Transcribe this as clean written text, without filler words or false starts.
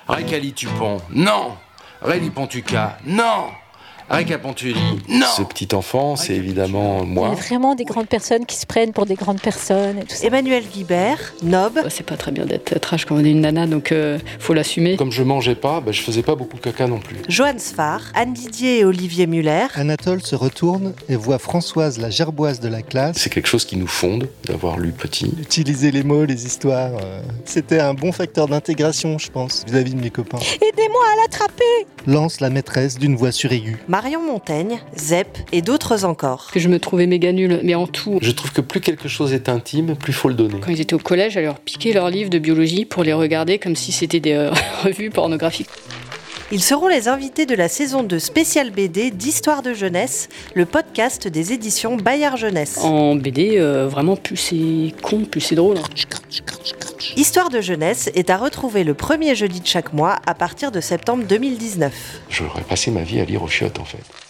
Récali Tupon, non. Réli Pontuca, non. Récapontuli, non. Ce petit enfant, c'est évidemment moi. Il y a vraiment des grandes personnes qui se prennent pour des grandes personnes et tout ça. Emmanuel Guibert, Nob. C'est pas très bien d'être trash quand on est une nana, donc faut l'assumer. Comme je mangeais pas, je faisais pas beaucoup de caca non plus. Johan Sfar, Anne Didier et Olivier Muller. Anatole se retourne et voit Françoise, la gerboise de la classe. C'est quelque chose qui nous fonde, d'avoir lu petit. Utiliser les mots, les histoires, c'était un bon facteur d'intégration, je pense, vis-à-vis de mes copains. Aidez-moi à l'attraper! Lance la maîtresse d'une voix suraiguë. Marion Montaigne, Zep et d'autres encore. Que je me trouvais méga nulle, mais en tout. Je trouve que plus quelque chose est intime, plus faut le donner. Quand ils étaient au collège, j'allais leur piquer leurs livres de biologie pour les regarder comme si c'était des revues pornographiques. Ils seront les invités de la saison 2 spéciale BD d'Histoire de jeunesse, le podcast des éditions Bayard Jeunesse. En BD, vraiment, plus c'est con, plus c'est drôle. Histoire de jeunesse est à retrouver le premier jeudi de chaque mois à partir de septembre 2019. J'aurais passé ma vie à lire aux chiottes en fait.